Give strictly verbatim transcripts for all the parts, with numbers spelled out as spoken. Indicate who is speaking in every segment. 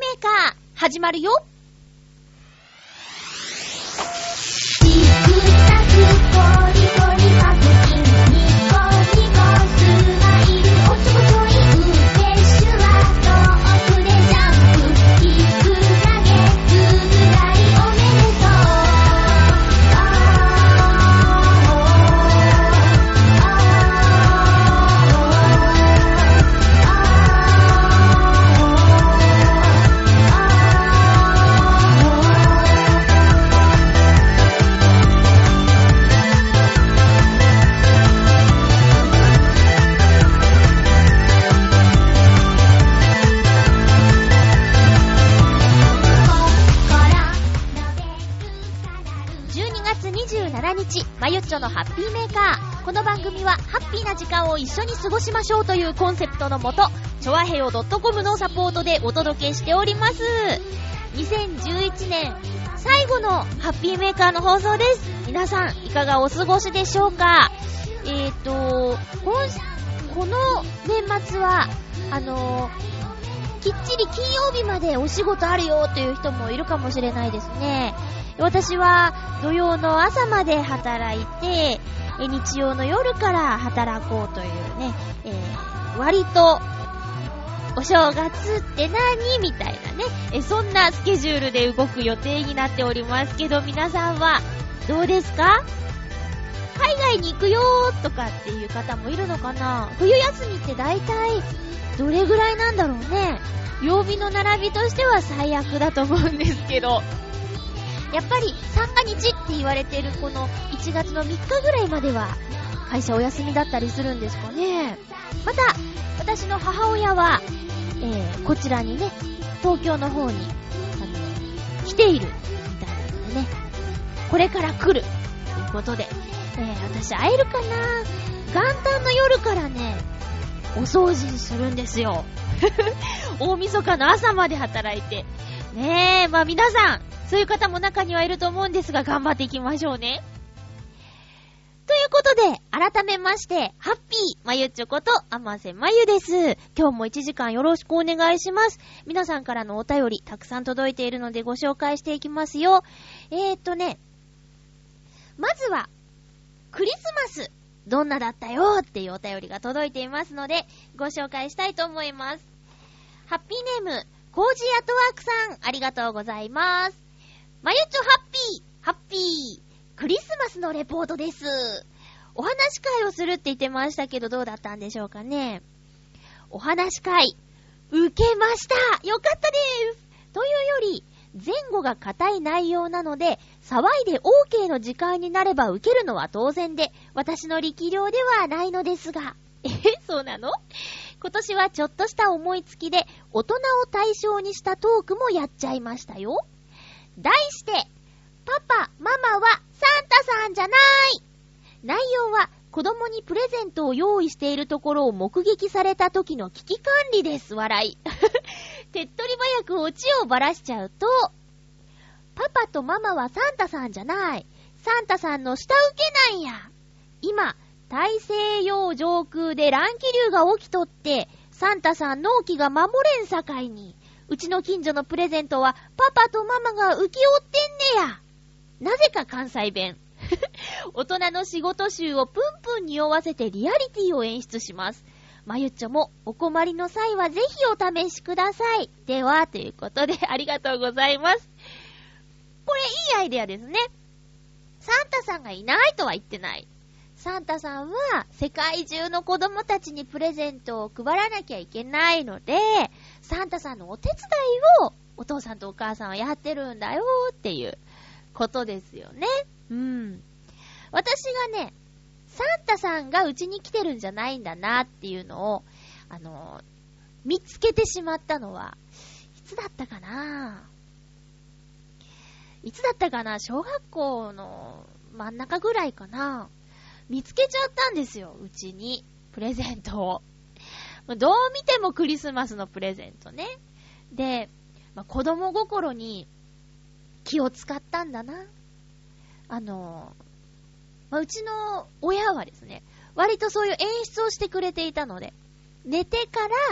Speaker 1: メーカー始まるよ。まゆっちょのハッピーメーカー。この番組はハッピーな時間を一緒に過ごしましょうというコンセプトのもと、チョアヘヨ .com のサポートでお届けしております。にせんじゅういちねん最後のハッピーメーカーの放送です。皆さんいかがお過ごしでしょうか。えーとこの年末はあのー、きっちり金曜日までお仕事あるよという人もいるかもしれないですね。私は土曜の朝まで働いて、え日曜の夜から働こうというね、えー、割とお正月って何みたいなね、えそんなスケジュールで動く予定になっておりますけど、皆さんはどうですか？海外に行くよーとかっていう方もいるのかな？冬休みって大体どれぐらいなんだろうね。曜日の並びとしては最悪だと思うんですけど、やっぱり三が日って言われてるこのいちがつのみっかぐらいまでは会社お休みだったりするんですかね。また私の母親は、えー、こちらにね、東京の方にあの来ているみたいなのでね、これから来るということで、えー、私会えるかな。元旦の夜からねお掃除するんですよ大晦日の朝まで働いてねえ、まあ皆さんそういう方も中にはいると思うんですが、頑張っていきましょうね。ということで、改めまして、ハッピーまゆっちょこと甘瀬まゆです。今日もいちじかんよろしくお願いします。皆さんからのお便り、たくさん届いているのでご紹介していきますよ。えーっとね、まずは、クリスマス、どんなだったよっていうお便りが届いていますので、ご紹介したいと思います。ハッピーネーム、コージーアットワークさん、ありがとうございます。まゆっちょハッピーハッピークリスマスのレポートです。お話し会をするって言ってましたけど、どうだったんでしょうかね。お話し会受けました。よかったです。というより前後が硬い内容なので、騒いで OK の時間になれば受けるのは当然で、私の力量ではないのですが、えそうなの？今年はちょっとした思いつきで大人を対象にしたトークもやっちゃいましたよ。題して、パパ、ママはサンタさんじゃない。内容は子供にプレゼントを用意しているところを目撃された時の危機管理です。笑い。手っ取り早くオチをばらしちゃうと、パパとママはサンタさんじゃない。サンタさんの下請けなんや。今、大西洋上空で乱気流が起きとって、サンタさん納期が守れんさかいに、うちの近所のプレゼントはパパとママが請け負ってんねや。なぜか関西弁。大人の仕事集をプンプン匂わせてリアリティを演出します。まゆっちょもお困りの際はぜひお試しください。では、ということでありがとうございます。これいいアイデアですね。サンタさんがいないとは言ってない。サンタさんは世界中の子供たちにプレゼントを配らなきゃいけないので、サンタさんのお手伝いをお父さんとお母さんはやってるんだよっていうことですよね。うん。私がね、サンタさんがうちに来てるんじゃないんだなっていうのを、あの、見つけてしまったのは、いつだったかないつだったかな小学校の真ん中ぐらいかな、見つけちゃったんですよ、うちにプレゼントを。どう見てもクリスマスのプレゼントね。で、まあ、子供心に気を使ったんだな。あの、まあ、うちの親はですね、割とそういう演出をしてくれていたので、寝てから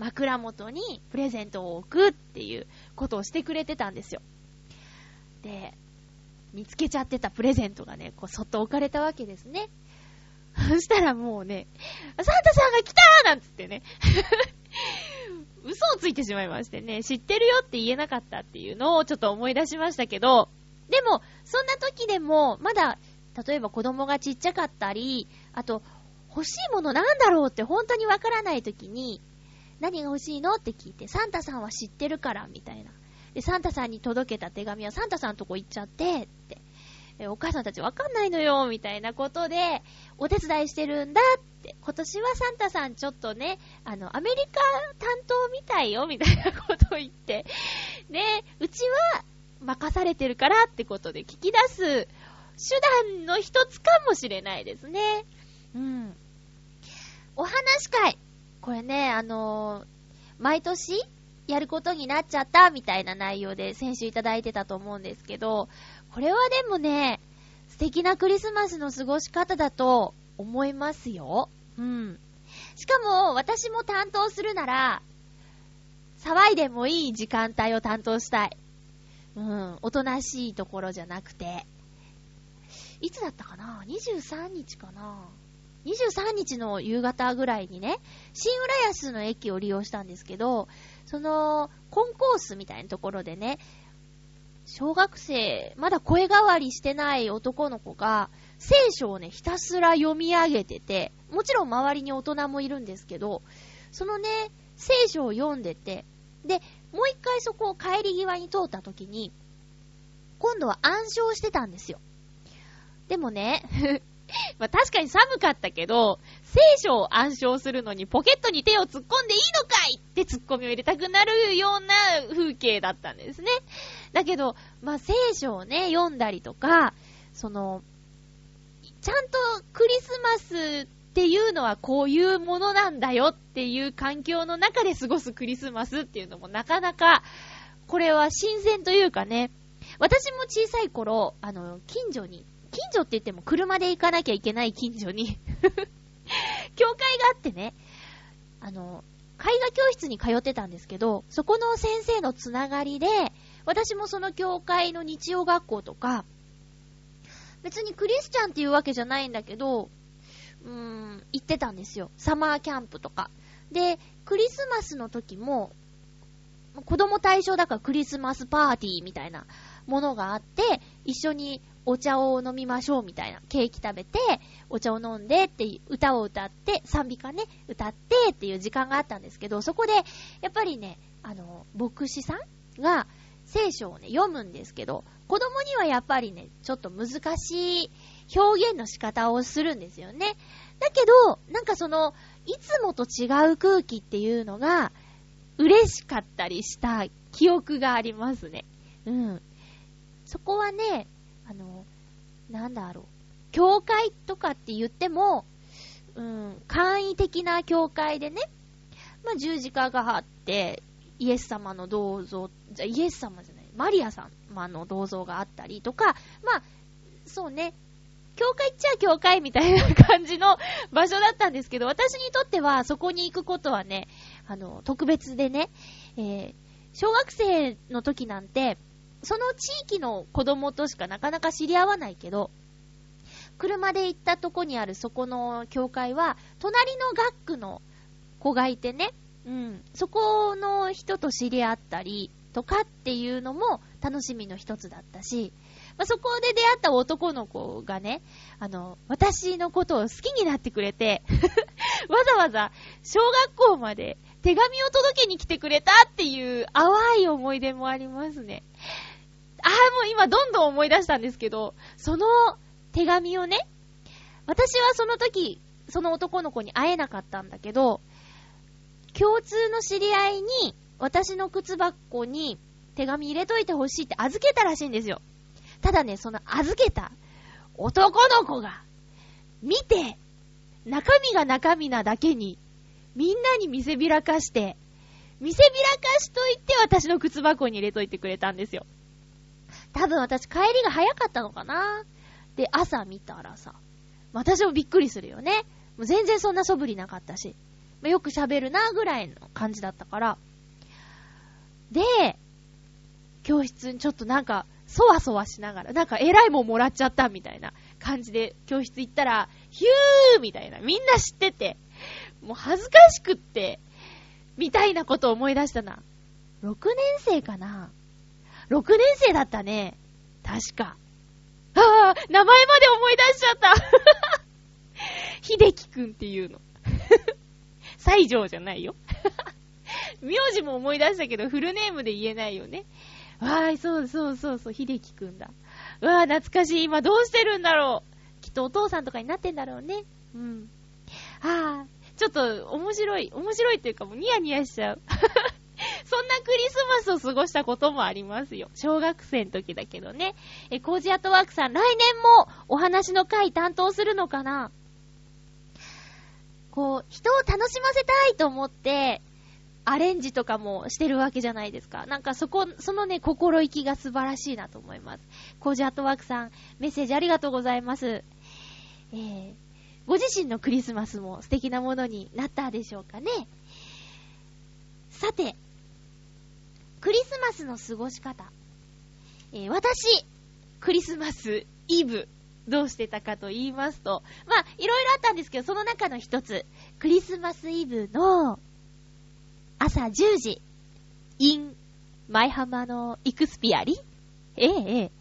Speaker 1: 枕元にプレゼントを置くっていうことをしてくれてたんですよ。で、見つけちゃってたプレゼントがね、こうそっと置かれたわけですね。そしたらもうね、サンタさんが来たーなんつってね嘘をついてしまいましてね、知ってるよって言えなかったっていうのをちょっと思い出しましたけど、でもそんな時でもまだ例えば子供がちっちゃかったり、あと欲しいものなんだろうって本当にわからない時に、何が欲しいのって聞いて、サンタさんは知ってるからみたいな。で、サンタさんに届けた手紙はサンタさんのとこ行っちゃってって、えお母さんたちわかんないのよみたいなことでお手伝いしてるんだって、今年はサンタさんちょっとね、あのアメリカ担当みたいよみたいなことを言って、ね、うちは任されてるからってことで聞き出す手段の一つかもしれないですね。うん。お話し会、これね、あのー、毎年やることになっちゃったみたいな内容で先週いただいてたと思うんですけど、これはでもね、素敵なクリスマスの過ごし方だと思いますよ。うん。しかも私も担当するなら、騒いでもいい時間帯を担当したい。うん。おとなしいところじゃなくて。いつだったかな ?にじゅうさんにちかなにじゅうさんにちの夕方ぐらいにね、新浦安の駅を利用したんですけど、そのコンコースみたいなところでね、小学生、まだ声変わりしてない男の子が聖書をね、ひたすら読み上げてて、もちろん周りに大人もいるんですけど、そのね、聖書を読んでて、で、もう一回そこを帰り際に通った時に、今度は暗唱してたんですよ。でもね、まあ確かに寒かったけど、聖書を暗唱するのにポケットに手を突っ込んでいいのかいってツッコミを入れたくなるような風景だったんですね。だけど、まあ聖書をね、読んだりとか、その、ちゃんとクリスマスっていうのはこういうものなんだよっていう環境の中で過ごすクリスマスっていうのもなかなか、これは新鮮というかね、私も小さい頃、あの、近所に、近所って言っても車で行かなきゃいけない近所に教会があってね、あの絵画教室に通ってたんですけど、そこの先生のつながりで私もその教会の日曜学校とか、別にクリスチャンっていうわけじゃないんだけど、うーん行ってたんですよ。サマーキャンプとかで、クリスマスの時も子供対象だからクリスマスパーティーみたいなものがあって、一緒にお茶を飲みましょうみたいな、ケーキ食べてお茶を飲んでっていう歌を歌って、賛美歌ね歌ってっていう時間があったんですけど、そこでやっぱりね、あの牧師さんが聖書をね読むんですけど、子供にはやっぱりねちょっと難しい表現の仕方をするんですよね。だけどなんかそのいつもと違う空気っていうのが嬉しかったりした記憶がありますね。うん。そこはね、あの、なんだろう。教会とかって言っても、うん、簡易的な教会でね、まあ、十字架があって、イエス様の銅像、じゃ、イエス様じゃない、マリア様の銅像があったりとか、まあ、そうね、教会っちゃ教会みたいな感じの場所だったんですけど、私にとってはそこに行くことはね、あの、特別でね、えー、小学生の時なんて、その地域の子供としかなかなか知り合わないけど、車で行ったとこにあるそこの教会は、隣の学区の子がいてね、うん、そこの人と知り合ったりとかっていうのも楽しみの一つだったし、まあ、そこで出会った男の子がね、あの、私のことを好きになってくれて、わざわざ小学校まで手紙を届けに来てくれたっていう淡い思い出もありますね。ああ、もう今どんどん思い出したんですけど、その手紙をね、私はその時、その男の子に会えなかったんだけど、共通の知り合いに私の靴箱に手紙入れといてほしいって預けたらしいんですよ。ただね、その預けた男の子が見て、中身が中身なだけにみんなに見せびらかして、見せびらかしといて私の靴箱に入れといてくれたんですよ。多分私帰りが早かったのかな。で、朝見たらさ、私もびっくりするよね。もう全然そんな素振りなかったし。 まあ、よく喋るなぐらいの感じだったから。で、教室にちょっとなんか、そわそわしながら、なんか偉いもんもらっちゃったみたいな感じで教室行ったら、ヒューみたいな、みんな知ってて、もう恥ずかしくって、みたいなことを思い出したな。ろくねん生かな ?ろくねん生だったね。確か。ああ、名前まで思い出しちゃった。秀樹くんっていうの。西条じゃないよ。名字も思い出したけど、フルネームで言えないよね。わーい、そうそうそうそう、秀樹くんだ。うわー、懐かしい。今どうしてるんだろう。きっとお父さんとかになってんだろうね。うん。あー、ちょっと面白い、面白いっていうかもうニヤニヤしちゃう。そんなクリスマスを過ごしたこともありますよ。小学生の時だけどね。え、コージアットワークさん、来年もお話の会担当するのかな？こう、人を楽しませたいと思って、アレンジとかもしてるわけじゃないですか。なんかそこ、そのね、心意気が素晴らしいなと思います。コージアットワークさん、メッセージありがとうございます。えー、ご自身のクリスマスも素敵なものになったでしょうかね。さて、クリスマスの過ごし方。えー、私、クリスマスイブ、どうしてたかと言いますと、まあ、いろいろあったんですけど、その中の一つ、クリスマスイブの朝じゅうじ、in 舞浜のイクスピアリええええ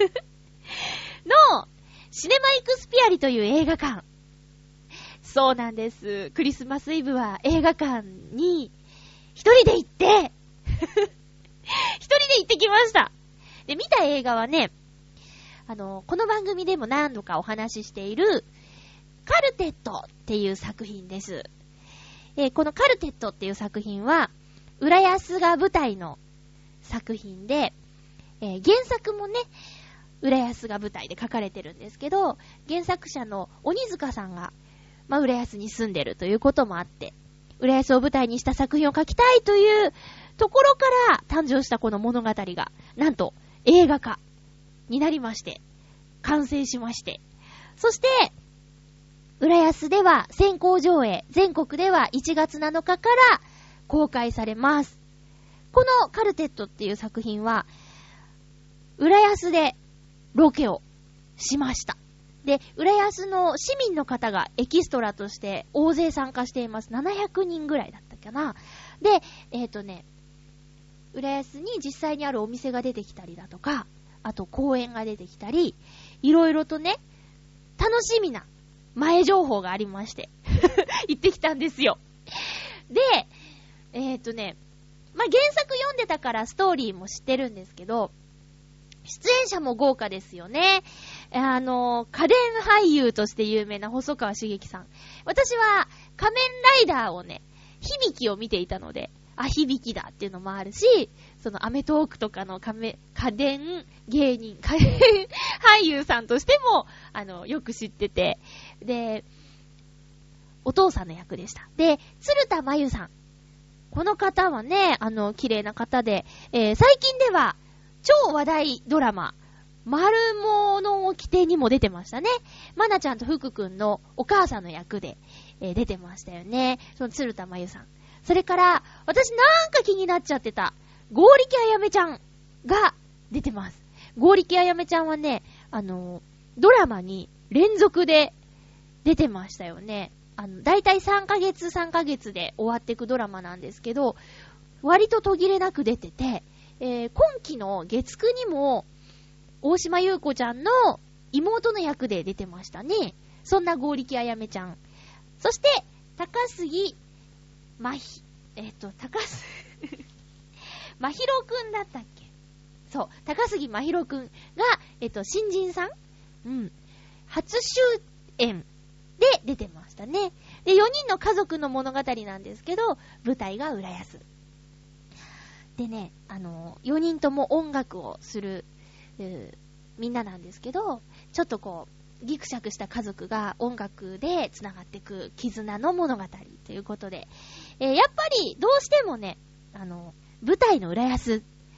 Speaker 1: のシネマイクスピアリという映画館。そうなんです。クリスマスイブは映画館に一人で行って一人で行ってきました。で、見た映画はね、あの、この番組でも何度かお話ししているカルテットっていう作品です。えー、このカルテットっていう作品は、浦安が舞台の作品で、えー、原作もね、浦安が舞台で書かれてるんですけど、原作者の鬼塚さんが、まあ、浦安に住んでるということもあって、浦安を舞台にした作品を書きたいというところから誕生したこの物語が、なんと映画化になりまして、完成しまして、そして、浦安では先行上映、全国ではいちがつなのかから公開されます。このカルテットっていう作品は、浦安でロケをしました。で、浦安の市民の方がエキストラとして大勢参加しています。ななひゃくにんぐらいだったかな。で、えっとね、浦安に実際にあるお店が出てきたりだとか、あと公園が出てきたり、いろいろとね、楽しみな前情報がありまして行ってきたんですよ。で、えっとね、まあ、原作読んでたからストーリーも知ってるんですけど、出演者も豪華ですよね。あの、家電俳優として有名な細川茂樹さん。私は仮面ライダーをね、響きを見ていたので、あ、響きだっていうのもあるし、そのアメトーークとかの家電芸人、家電俳優さんとしても、あの、よく知ってて、で、お父さんの役でした。で、鶴田真由さん。この方はね、あの、綺麗な方で、えー、最近では、超話題ドラマ、丸物を着てにも出てましたね。まなちゃんと福くんのお母さんの役で、えー、出てましたよね。その鶴田真由さん。それから、私なんか気になっちゃってた、ゴーリキあやめちゃんが出てます。ゴーリキあやめちゃんはね、あの、ドラマに連続で出てましたよね。あの、だいたいさんかげつさんかげつで終わっていくドラマなんですけど、割と途切れなく出てて、えー、今期の月くにも、大島優子ちゃんの妹の役で出てましたね。そんなゴーリキあやめちゃん。そして、高杉まひ、えっと、高杉、まひろくんだったっけ？そう、高杉まひろくんが、えっと、新人さん？うん。初出演で出てましたね。で、よにんの家族の物語なんですけど、舞台が浦安。でね、あの、よにんとも音楽をする、みんななんですけど、ちょっとこう、ギクシャクした家族が音楽でつながっていく絆の物語ということで、えー、やっぱりどうしてもね、あの、舞台の浦安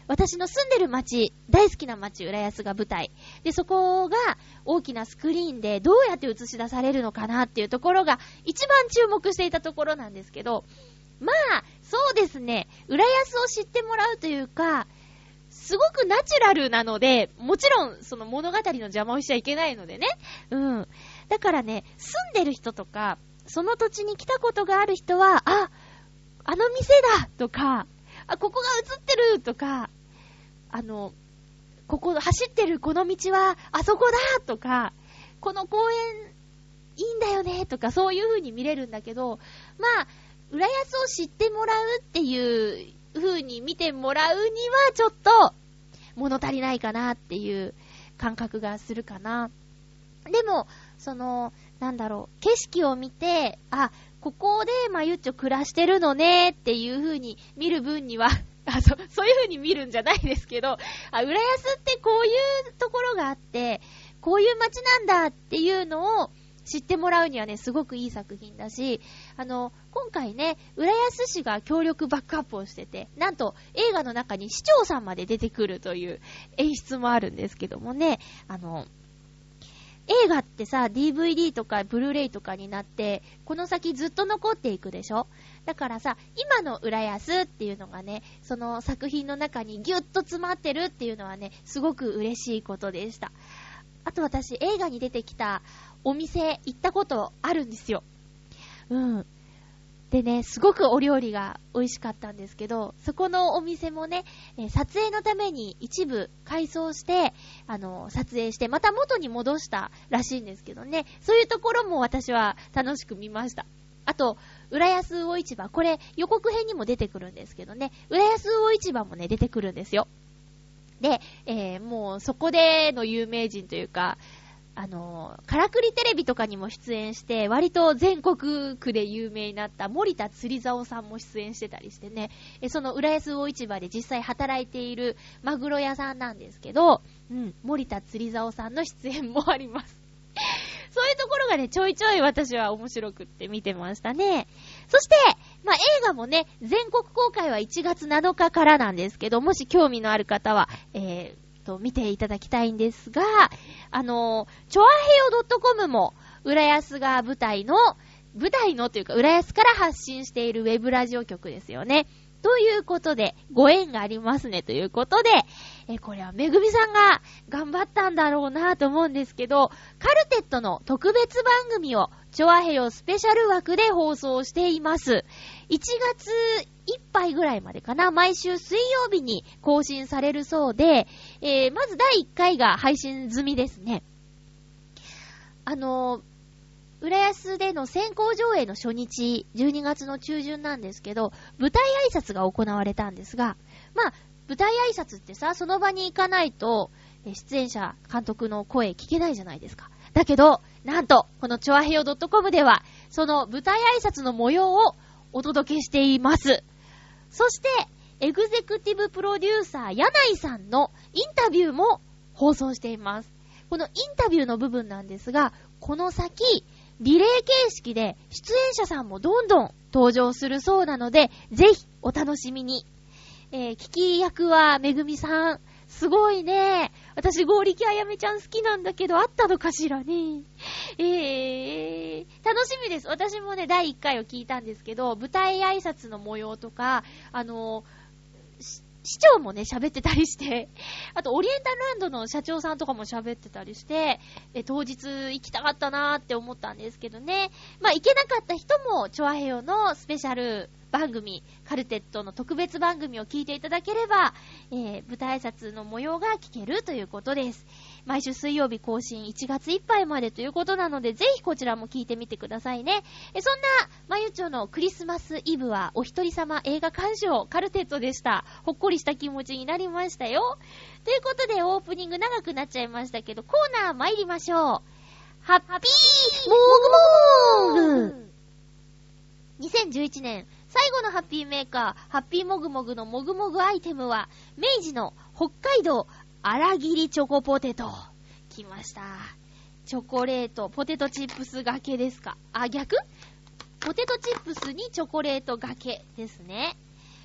Speaker 1: 私の住んでる町、大好きな町、浦安が舞台。で、そこが大きなスクリーンでどうやって映し出されるのかなっていうところが一番注目していたところなんですけど、まあ、そうですね、浦安を知ってもらうというか、すごくナチュラルなので、もちろんその物語の邪魔をしちゃいけないのでね。うん。だからね、住んでる人とか、その土地に来たことがある人は、あ、あの店だとか、あ、ここが映ってるとか、あの、ここ走ってるこの道はあそこだとか、この公園いいんだよねとか、そういう風に見れるんだけど、まあ、浦安を知ってもらうっていう風に見てもらうにはちょっと物足りないかなっていう感覚がするかな。でも、その、なんだろう、景色を見て、あ、ここでまゆっちょ暮らしてるのねっていう風に見る分には、あ、そ、そういう風に見るんじゃないですけど、あ、浦安ってこういうところがあって、こういう街なんだっていうのを知ってもらうにはね、すごくいい作品だし、あの、今回ね、浦安市が協力バックアップをしてて、なんと映画の中に市長さんまで出てくるという演出もあるんですけどもね、あの、映画ってさ、ディーブイディー とかブルーレイとかになって、この先ずっと残っていくでしょ？だからさ、今の浦安っていうのがね、その作品の中にギュッと詰まってるっていうのはね、すごく嬉しいことでした。あと私、映画に出てきたお店行ったことあるんですよ。うん。でね、すごくお料理が美味しかったんですけど、そこのお店もね、えー、撮影のために一部改装して、あのー、撮影して、また元に戻したらしいんですけどね、そういうところも私は楽しく見ました。あと、浦安魚市場、これ予告編にも出てくるんですけどね、浦安魚市場もね、出てくるんですよ。で、えー、もうそこでの有名人というか、あのー、からくりテレビとかにも出演して、割と全国区で有名になった森田釣り竿さんも出演してたりしてね、えその浦安魚市場で実際働いているマグロ屋さんなんですけど、うん、森田釣り竿さんの出演もあります。そういうところがね、ちょいちょい私は面白くって見てましたね。そして、まあ、映画もね、全国公開はいちがつなのかからなんですけど、もし興味のある方は、えー、と見ていただきたいんですが、あの、チョアヘヨ .com も浦安が舞台の、舞台のというか浦安から発信しているウェブラジオ局ですよね。ということで、ご縁がありますねということで、え、これはめぐみさんが頑張ったんだろうなと思うんですけど、カルテットの特別番組をチョアヘヨスペシャル枠で放送しています。いちがついっぱいぐらいまでかな、毎週水曜日に更新されるそうで、えー、まずだいいっかいが配信済みですね。あのー、浦安での先行上映の初日、じゅうにがつの中旬なんですけど、舞台挨拶が行われたんですが、まあ、舞台挨拶ってさ、その場に行かないと、出演者、監督の声聞けないじゃないですか。だけど、なんと、このチョアヘヨ .com では、その舞台挨拶の模様をお届けしています。そして、エグゼクティブプロデューサー、柳井さんのインタビューも放送しています。このインタビューの部分なんですが、この先、リレー形式で出演者さんもどんどん登場するそうなので、ぜひお楽しみに。えー、聞き役はめぐみさん。すごいね。私、ゴーリキあやめちゃん好きなんだけど、あったのかしらね。えー、楽しみです。私もね、だいいっかいを聞いたんですけど、舞台挨拶の模様とか、あのー、市長もね、喋ってたりして、あとオリエンタルランドの社長さんとかも喋ってたりして、え当日行きたかったなーって思ったんですけどね。まあ行けなかった人も、チョアヘヨのスペシャル番組、カルテットの特別番組を聞いていただければ、えー、舞台挨拶の模様が聞けるということです。毎週水曜日更新いちがついっぱいまでということなので、ぜひこちらも聞いてみてくださいね。えそんな、まゆちょのクリスマスイブはお一人様映画鑑賞、カルテットでした。ほっこりした気持ちになりましたよ。ということで、オープニング長くなっちゃいましたけど、コーナー参りましょう。ハッピーモグモグにせんじゅういちねん最後のハッピーメーカー、ハッピーモグモグのモグモグアイテムは、明治の北海道荒切りチョコポテト。来ました。チョコレート、ポテトチップスがけですか。あ、逆？ポテトチップスにチョコレートがけですね。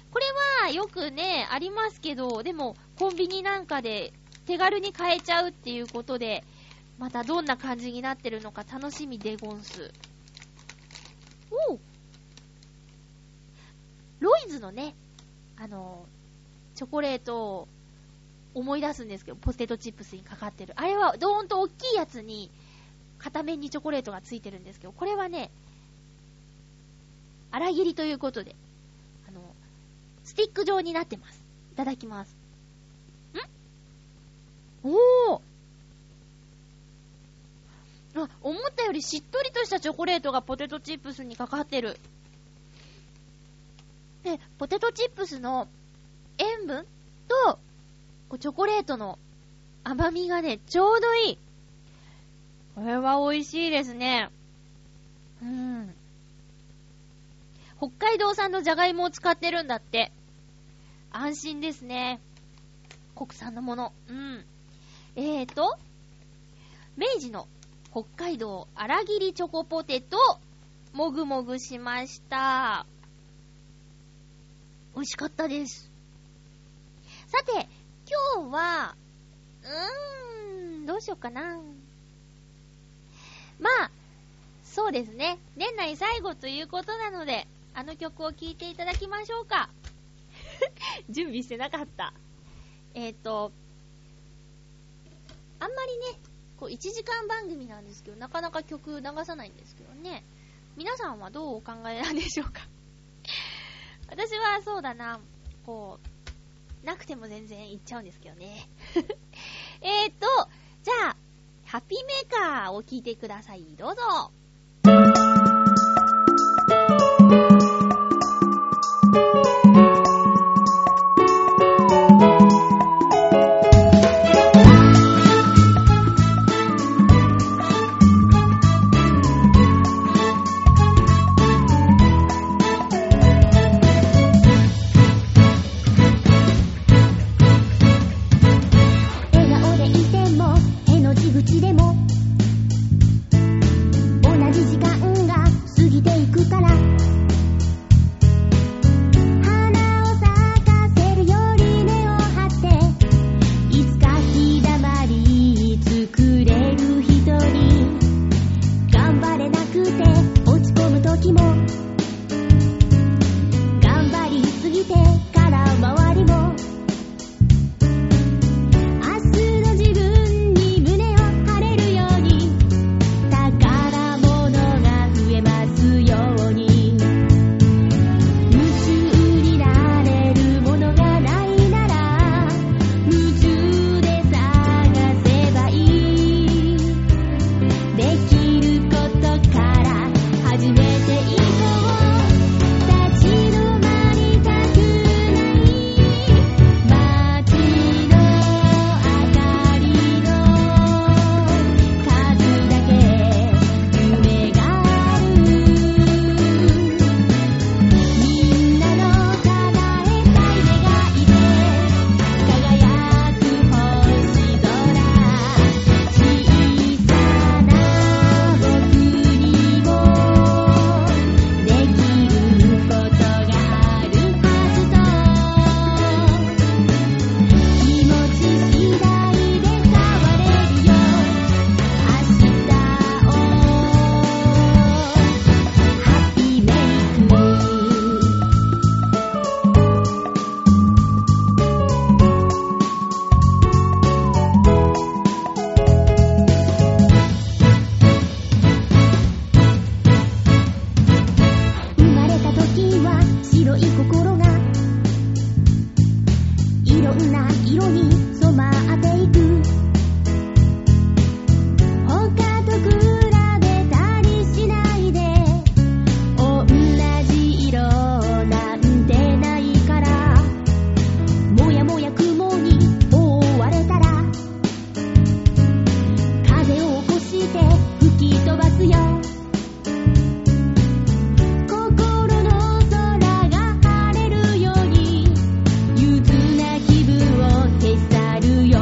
Speaker 1: これはよくね、ありますけど、でもコンビニなんかで手軽に買えちゃうっていうことで、またどんな感じになってるのか楽しみでゴンス。おう、ロイズのね、あの、チョコレートを思い出すんですけど、ポテトチップスにかかってる。あれはドーンと大きいやつに、片面にチョコレートがついてるんですけど、これはね、粗切りということで、あの、スティック状になってます。いただきます。ん？おー！あ、思ったよりしっとりとしたチョコレートがポテトチップスにかかってる。で、ポテトチップスの塩分と、こうチョコレートの甘みがね、ちょうどいい。これは美味しいですね。うん。北海道産のじゃがいもを使ってるんだって。安心ですね。国産のもの。うん。えーと、明治の北海道粗切りチョコポテト、もぐもぐしました。美味しかったです。さて、今日は、うーん、どうしようかな。まあ、そうですね。年内最後ということなので、あの曲を聴いていただきましょうか。準備してなかった。えっと、あんまりね、こういちじかん番組なんですけど、なかなか曲流さないんですけどね。皆さんはどうお考えなんでしょうか。私はそうだな、こう、なくても全然いっちゃうんですけどね。えっと、じゃあ、ハッピーメーカーを聴いてください。どうぞ。
Speaker 2: 気分を消さるよ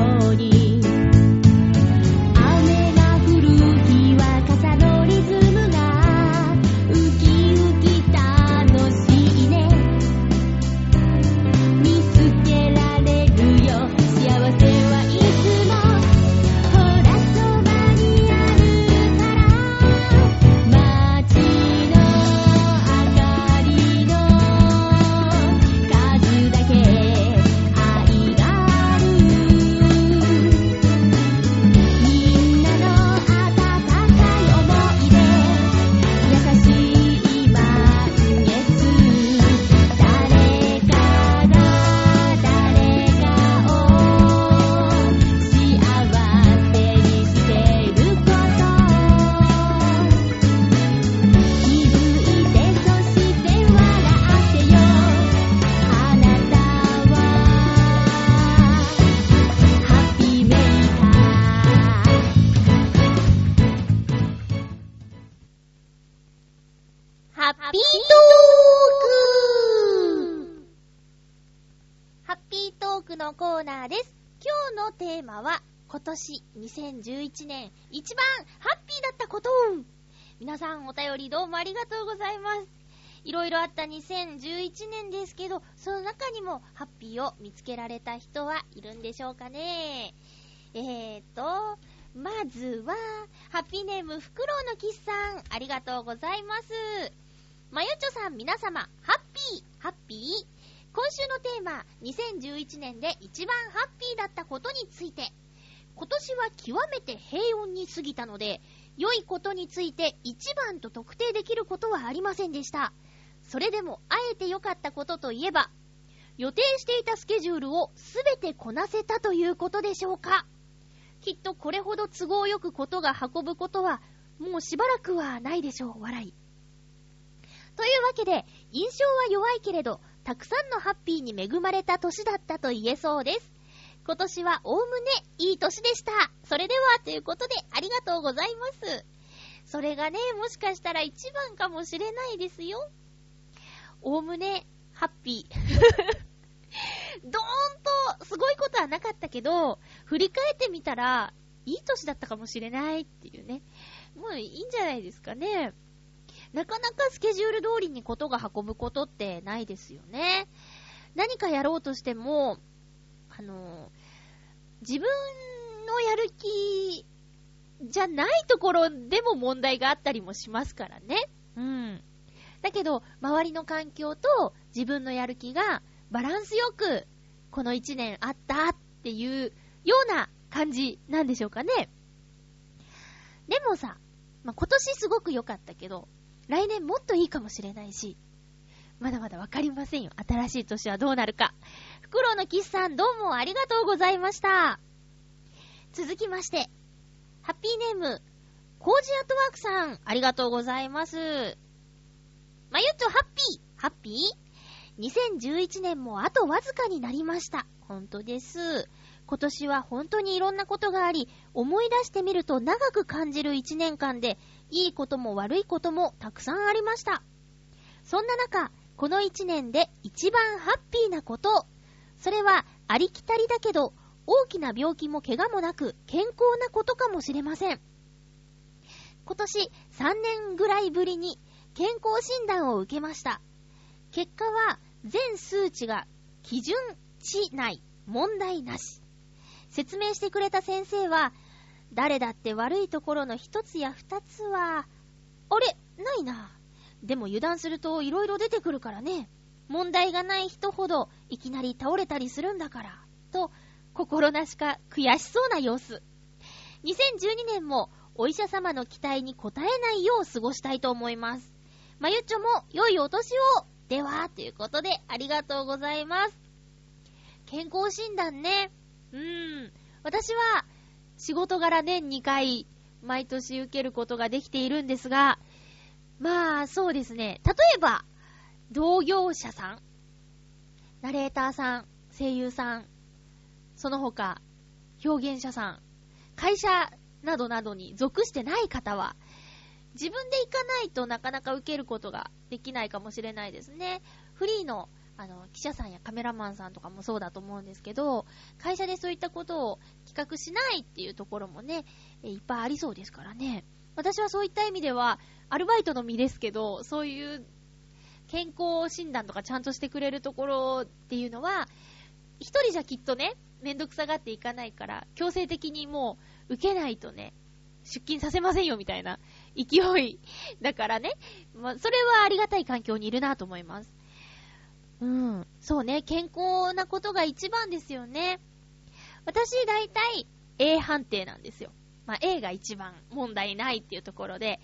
Speaker 1: クのコーナーです。今日のテーマは、今年にせんじゅういちねん一番ハッピーだったこと。皆さんお便りどうもありがとうございます。いろいろあったにせんじゅういちねんですけど、その中にもハッピーを見つけられた人はいるんでしょうかね。えーと、まずは、ハッピーネームフクロウのキスさん、ありがとうございます。まゆちょさん、皆様、ハッピー、ハッピー。今週のテーマ、にせんじゅういちねんで一番ハッピーだったことについて。今年は極めて平穏に過ぎたので、良いことについて一番と特定できることはありませんでした。それでも、あえて良かったことといえば、予定していたスケジュールをすべてこなせたということでしょうか。きっとこれほど都合よくことが運ぶことは、もうしばらくはないでしょう、笑い。というわけで、印象は弱いけれど、たくさんのハッピーに恵まれた年だったと言えそうです。今年はおおむねいい年でした。それでは、ということでありがとうございます。それがね、もしかしたら一番かもしれないですよ。おおむねハッピー。どーんとすごいことはなかったけど、振り返ってみたらいい年だったかもしれないっていうね。もういいんじゃないですかね。なかなかスケジュール通りにことが運ぶことってないですよね。何かやろうとしても、あの、自分のやる気じゃないところでも問題があったりもしますからね。うん。だけど、周りの環境と自分のやる気がバランスよく、この一年あったっていうような感じなんでしょうかね。でもさ、まあ、今年すごく良かったけど、来年もっといいかもしれないし、まだまだわかりませんよ。新しい年はどうなるか。フクロウのキスさん、どうもありがとうございました。続きまして、ハッピーネーム、コージアットワークさん、ありがとうございます。まゆっちょハッピー、ハッピー ?にせんじゅういち 年もあとわずかになりました。本当です。今年は本当にいろんなことがあり、思い出してみると長く感じるいちねんかんで、いいことも悪いこともたくさんありました。そんな中、このいちねんで一番ハッピーなこと、それはありきたりだけど、大きな病気も怪我もなく健康なことかもしれません。今年さんねんぐらいぶりに健康診断を受けました。結果は全数値が基準値内、問題なし。説明してくれた先生は、誰だって悪いところの一つや二つは、あれ、ないな。でも油断すると色々出てくるからね。問題がない人ほどいきなり倒れたりするんだから。と、心なしか悔しそうな様子。にせんじゅうにねんもお医者様の期待に応えないよう過ごしたいと思います。まゆっちょも良いお年を。では、ということでありがとうございます。健康診断ね。うーん。私は仕事柄年にかい毎年受けることができているんですが、まあそうですね。例えば、同業者さん、ナレーターさん、声優さん、その他、表現者さん、会社などなどに属してない方は、自分で行かないとなかなか受けることができないかもしれないですね。フリーの、あの、記者さんやカメラマンさんとかもそうだと思うんですけど、会社でそういったことを企画しないっていうところもね、いっぱいありそうですからね。私はそういった意味では、アルバイトの身ですけど、そういう健康診断とかちゃんとしてくれるところっていうのは、一人じゃきっとね、めんどくさがっていかないから、強制的にもう受けないとね、出勤させませんよみたいな勢いだからね、まあ、それはありがたい環境にいるなと思います。うん、そうね、健康なことが一番ですよね。私だいたい A 判定なんですよ。まあ、A が一番問題ないっていうところで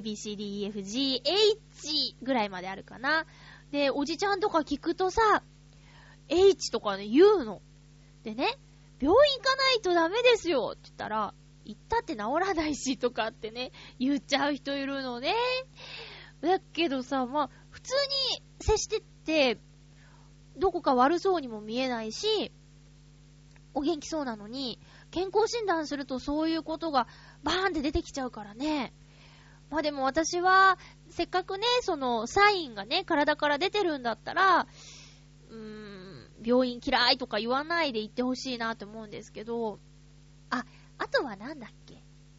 Speaker 1: A、B、C、D、E、F、G、H ぐらいまであるかな。で、おじちゃんとか聞くとさ、H とかね言うの。でね、病院行かないとダメですよって言ったら、行ったって治らないしとかってね、言っちゃう人いるのね。だけどさ、まあ、普通に接してって、どこか悪そうにも見えないし、お元気そうなのに、健康診断するとそういうことがバーンって出てきちゃうからね。まあでも私は、せっかくね、そのサインがね、体から出てるんだったら、うーん、 病院嫌いとか言わないで言ってほしいなと思うんですけど、あ、あとはなんだっけ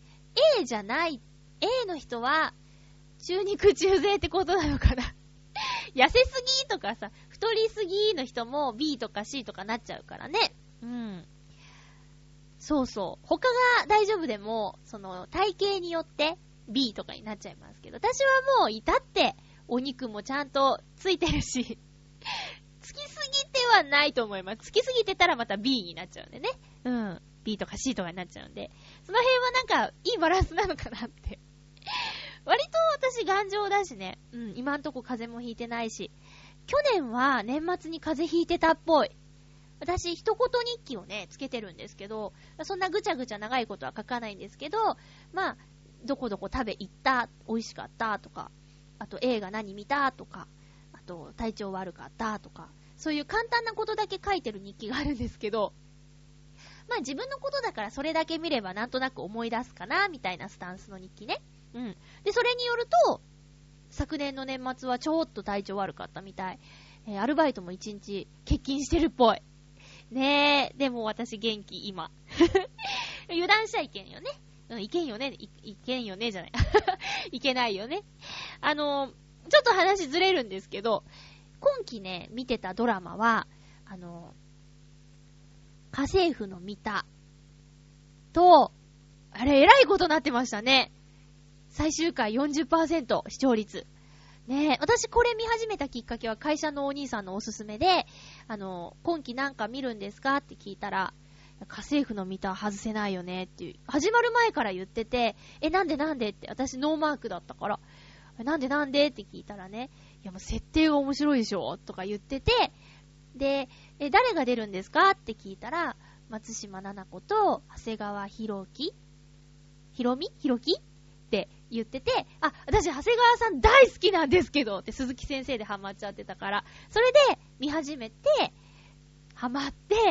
Speaker 1: ?A じゃない、A の人は中肉中背ってことなのかな痩せすぎとかさ、太りすぎの人も B とか C とかなっちゃうからね。うん。そうそう。他が大丈夫でも、その体型によって B とかになっちゃいますけど、私はもう至ってお肉もちゃんとついてるし、つきすぎてはないと思います。つきすぎてたらまた B になっちゃうんでね。うん。B とか C とかになっちゃうんで、その辺はなんかいいバランスなのかなって。割と私頑丈だしね。うん。今んとこ風邪もひいてないし。去年は年末に風邪ひいてたっぽい。私、一言日記をね、つけてるんですけど、そんなぐちゃぐちゃ長いことは書かないんですけど、まあ、どこどこ食べ行った、美味しかったとか、あと映画何見たとか、あと体調悪かったとか、そういう簡単なことだけ書いてる日記があるんですけど、まあ自分のことだからそれだけ見ればなんとなく思い出すかな、みたいなスタンスの日記ね。うん。で、それによると、昨年の年末はちょっと体調悪かったみたい。えー、アルバイトも一日欠勤してるっぽい。ねえ、でも私元気今。油断しちゃいけんよね。うん、いけんよね。い、いけんよねじゃない。いけないよね。あの、ちょっと話ずれるんですけど、今期ね、見てたドラマは、あの、家政婦のミタと、あれ、えらいことになってましたね。最終回 よんじゅっパーセント 視聴率。ねえ、私これ見始めたきっかけは会社のお兄さんのおすすめで、あの、今期なんか見るんですかって聞いたら、家政婦のミタ外せないよねっていう、始まる前から言ってて、え、なんでなんでって、私ノーマークだったから、なんでなんでって聞いたらね、いやもう設定が面白いでしょとか言ってて、で、え、誰が出るんですかって聞いたら、松島菜々子と長谷川博己ひろみひろきって言ってて、あ、私長谷川さん大好きなんですけどって鈴木先生でハマっちゃってたから、それで見始めてハマって、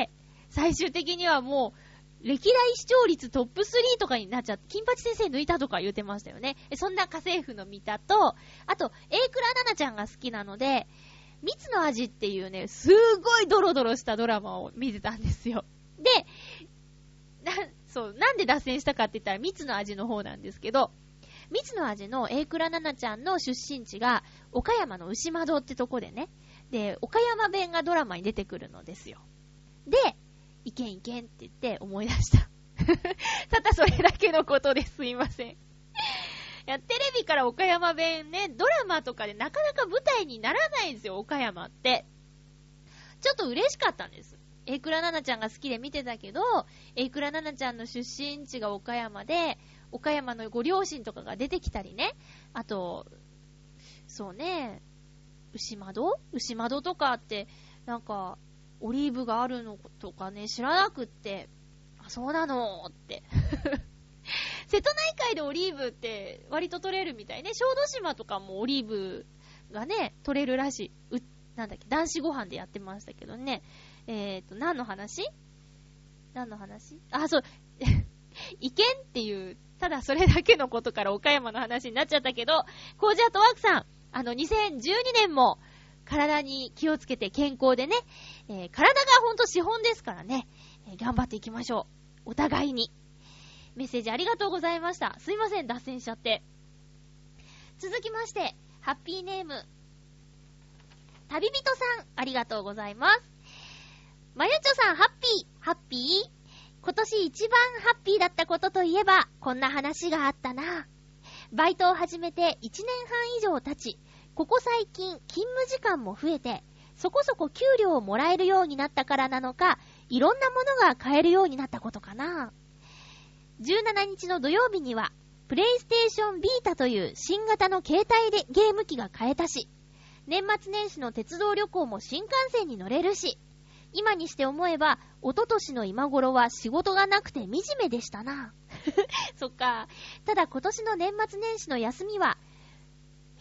Speaker 1: 最終的にはもう歴代視聴率トップスリーとかになっちゃって、金八先生抜いたとか言ってましたよね。そんな家政婦のミタと、あと榮倉奈々ちゃんが好きなので、蜜の味っていうね、すごいドロドロしたドラマを見てたんですよ。で、な、そう、なんで脱線したかって言ったら蜜の味の方なんですけど、蜜の味の榮倉奈々ちゃんの出身地が岡山の牛窓ってとこでね、で、岡山弁がドラマに出てくるのですよ。で、いけんいけんって言って思い出した。ただそれだけのことですいません。いや、テレビから岡山弁ね、ドラマとかでなかなか舞台にならないんですよ、岡山って。ちょっと嬉しかったんです。榮倉奈々ちゃんが好きで見てたけど、榮倉奈々ちゃんの出身地が岡山で、岡山のご両親とかが出てきたりね、あと、そうね、牛窓牛窓とかって、なんか、オリーブがあるのとかね、知らなくって、あ、そうなのって。瀬戸内海でオリーブって割と取れるみたいね。小豆島とかもオリーブがね、取れるらしい。う、なんだっけ、男子ご飯でやってましたけどね。えーと、何の話何の話あ、そう。意見っていう、ただそれだけのことから岡山の話になっちゃったけど、コージアートワークさん、あの、にせんじゅうにねんも体に気をつけて健康でね、えー、体がほんと資本ですからね、えー、頑張っていきましょう。お互いに。メッセージありがとうございました。すいません、脱線しちゃって。続きまして、ハッピーネーム、旅人さん、ありがとうございます。まゆちょさん、ハッピー、ハッピー。今年一番ハッピーだったことといえば、こんな話があったな。バイトを始めていちねんはん以上経ち、ここ最近勤務時間も増えて、そこそこ給料をもらえるようになったからなのか、いろんなものが買えるようになったことかな。じゅうしちにちの土曜日には、プレイステーションビータという新型の携帯でゲーム機が買えたし、年末年始の鉄道旅行も新幹線に乗れるし、今にして思えば、一昨年の今頃は仕事がなくて惨めでしたな。そっか。ただ今年の年末年始の休みは、え ?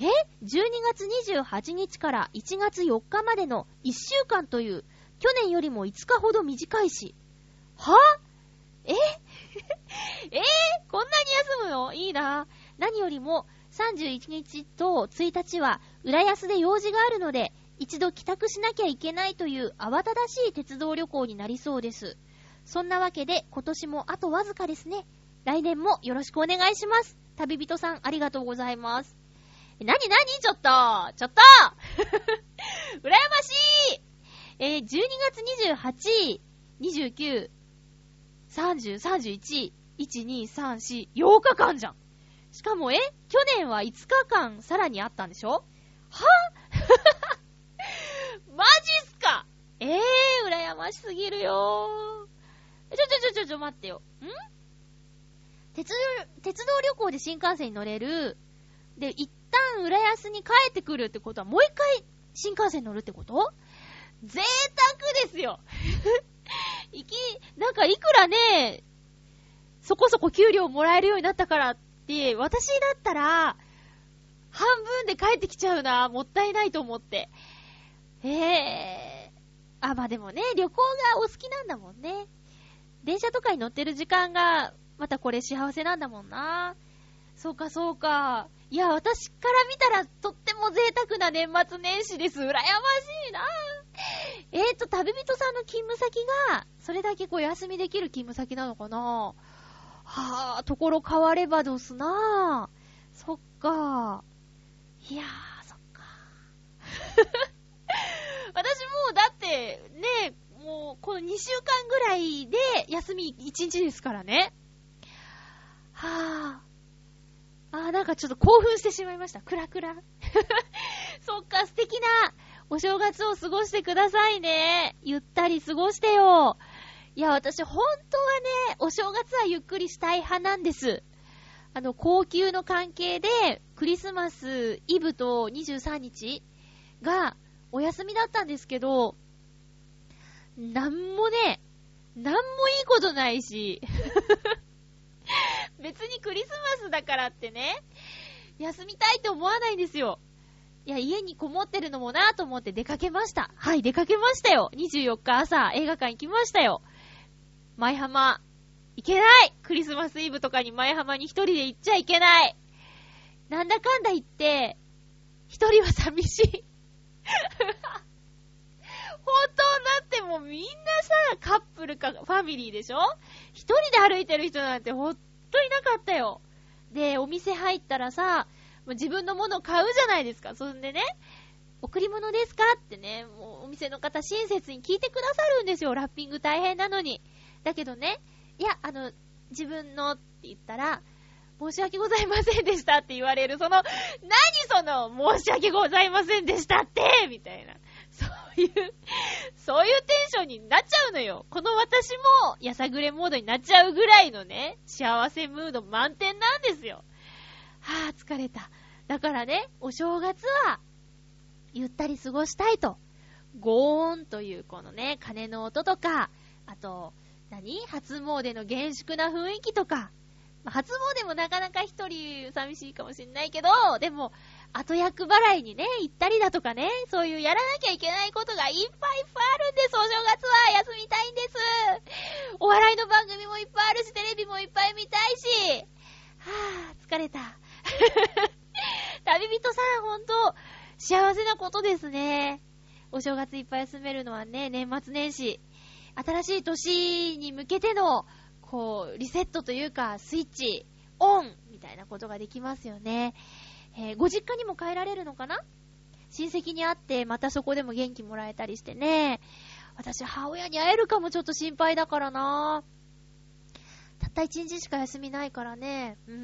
Speaker 1: じゅうにがつにじゅうはちにちからいちがつよっかまでのいっしゅうかんという、去年よりもいつかほど短いし。はええー、こんなに休むのいいな。何よりもさんじゅういちにちとついたちは浦安で用事があるので一度帰宅しなきゃいけないという慌ただしい鉄道旅行になりそうです。そんなわけで今年もあとわずかですね。来年もよろしくお願いします。旅人さんありがとうございます。なになにちょっとちょっと羨ましい。えー、じゅうにがつにじゅうはち、にじゅうきゅう、さんじゅう、さんじゅういち、いち、に、さん、よん、ようかかんじゃん。しかもえ去年はいつかかんさらにあったんでしょはマジっすか。えー、羨ましすぎるよー。ちょちょちょちょちょ待ってよ。ん鉄道、鉄道旅行で新幹線に乗れる。で、一旦浦安に帰ってくるってことはもう一回新幹線乗るってこと？贅沢ですよ。いき、なんかいくらね、そこそこ給料もらえるようになったからって、私だったら、半分で帰ってきちゃうな。もったいないと思って。へえ。あ、まあでもね、旅行がお好きなんだもんね。電車とかに乗ってる時間が、またこれ幸せなんだもんな。そうかそうか。いや、私から見たらとっても贅沢な年末年始です。羨ましいな。えーと、旅人さんの勤務先が、それだけこう休みできる勤務先なのかな。はぁ、ところ変わればどすな。そっか。いやー、そっか。私もうだってね、もうこのにしゅうかんぐらいで休みいちにちですからね。はぁ。あー、なんかちょっと興奮してしまいました。クラクラ。そっか、素敵なお正月を過ごしてくださいね。ゆったり過ごしてよ。いや、私本当はね、お正月はゆっくりしたい派なんです。あの、高級の関係で、クリスマスイブとにじゅうさんにちがお休みだったんですけど、なんもね、なんもいいことないし、別にクリスマスだからってね、休みたいって思わないんですよ。いや、家にこもってるのもなぁと思って出かけました。はい、出かけましたよ。にじゅうよっか朝、映画館行きましたよ。舞浜、行けない。クリスマスイブとかに舞浜に一人で行っちゃいけない。なんだかんだ言って、一人は寂しい。本当だってもうみんなさ、カップルかファミリーでしょ？一人で歩いてる人なんてほんといなかったよ。で、お店入ったらさ、自分のものを買うじゃないですか。そんでね、贈り物ですかってね、もうお店の方親切に聞いてくださるんですよ。ラッピング大変なのに。だけどね、いや、あの、自分のって言ったら、申し訳ございませんでしたって言われる。その、何その、申し訳ございませんでしたってみたいな。そういう、そういうテンションになっちゃうのよ。この私も、やさぐれモードになっちゃうぐらいのね、幸せムード満点なんですよ。はぁ、疲れた。だからね、お正月は、ゆったり過ごしたいと。ゴーンというこのね、鐘の音とか、あと、何？初詣の厳粛な雰囲気とか、まあ、初詣もなかなか一人寂しいかもしんないけど、でも、後役払いにね、行ったりだとかね、そういうやらなきゃいけないことがいっぱいいっぱいあるんです。お正月は休みたいんです。お笑いの番組もいっぱいあるし、テレビもいっぱい見たいし。はぁ、疲れた。旅人さん、ほんと、幸せなことですね。お正月いっぱい休めるのはね、年末年始。新しい年に向けての、こう、リセットというか、スイッチ、オンみたいなことができますよね。えー、ご実家にも帰られるのかな？親戚に会って、またそこでも元気もらえたりしてね。私、母親に会えるかもちょっと心配だからな。たった一日しか休みないからね。うん。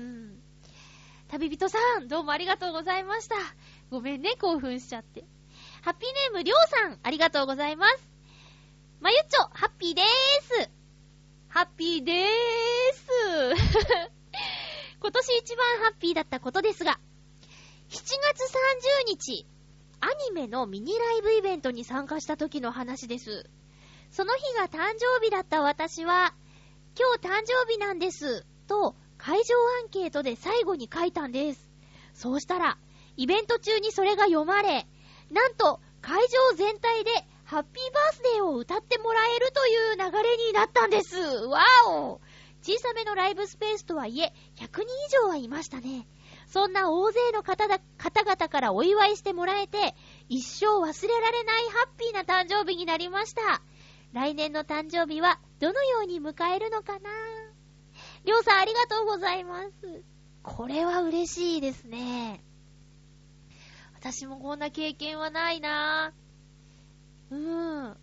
Speaker 1: 旅人さん、どうもありがとうございました。ごめんね、興奮しちゃって。ハッピーネーム、りょうさん、ありがとうございます。まゆっちょ、ハッピーでーす。ハッピーでーす。今年一番ハッピーだったことですが、しちがつさんじゅうにち、アニメのミニライブイベントに参加した時の話です。その日が誕生日だった私は、今日誕生日なんです、と会場アンケートで最後に書いたんです。そうしたら、イベント中にそれが読まれ、なんと会場全体でハッピーバースデーを歌ってもらえるという流れになったんです。わお！小さめのライブスペースとはいえ、ひゃくにん以上はいましたね。そんな大勢の方だ、方々からお祝いしてもらえて、 一生忘れられないハッピーな誕生日になりました。来年の誕生日はどのように迎えるのかな。りょうさんありがとうございます。これは嬉しいですね。私もこんな経験はないな。うーん。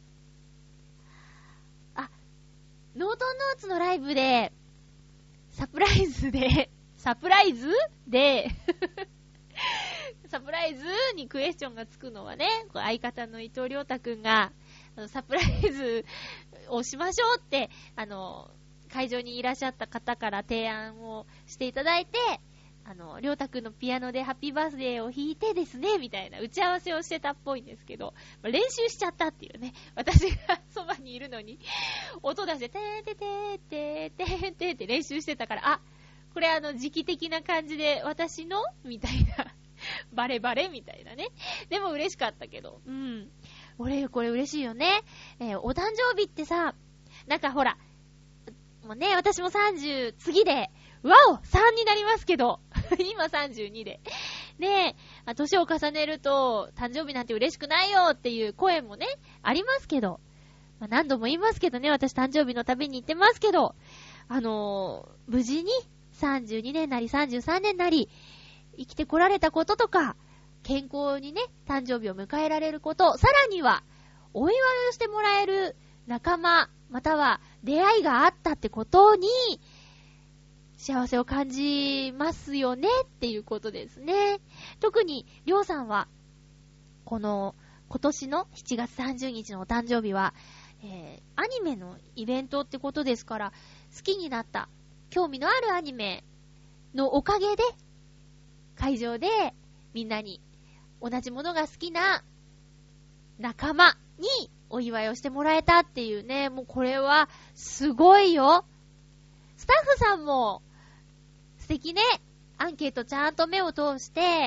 Speaker 1: あ、ノートンノーツのライブで、サプライズで、サプライズで、サプライズにクエスチョンがつくのはね、相方の伊藤亮太くんが、サプライズをしましょうって、あの、会場にいらっしゃった方から提案をしていただいて、あの、りょうたくんのピアノでハッピーバースデーを弾いてですね、みたいな打ち合わせをしてたっぽいんですけど、まあ、練習しちゃったっていうね、私がそばにいるのに、音出して、てーてーてーてーてーてーって練習してたから、あ、これあの、時期的な感じで、私のみたいな、バレバレみたいなね。でも嬉しかったけど、うん。俺、これ嬉しいよね。えー、お誕生日ってさ、なんかほら、もうね、私もさんじゅう次で、わお !さん になりますけど、今さんじゅうにで。ねえ、年を重ねると、誕生日なんて嬉しくないよっていう声もね、ありますけど、まあ、何度も言いますけどね、私誕生日のたびに言ってますけど、あのー、無事にさんじゅうにねんなりさんじゅうさんねんなり、生きてこられたこととか、健康にね、誕生日を迎えられること、さらには、お祝いをしてもらえる仲間、または出会いがあったってことに、幸せを感じますよねっていうことですね。特に、りょうさんは、この、今年のしちがつさんじゅうにちのお誕生日は、えー、アニメのイベントってことですから、好きになった、興味のあるアニメのおかげで、会場でみんなに同じものが好きな仲間にお祝いをしてもらえたっていうね、もうこれはすごいよ。スタッフさんも素敵ね。アンケートちゃんと目を通して、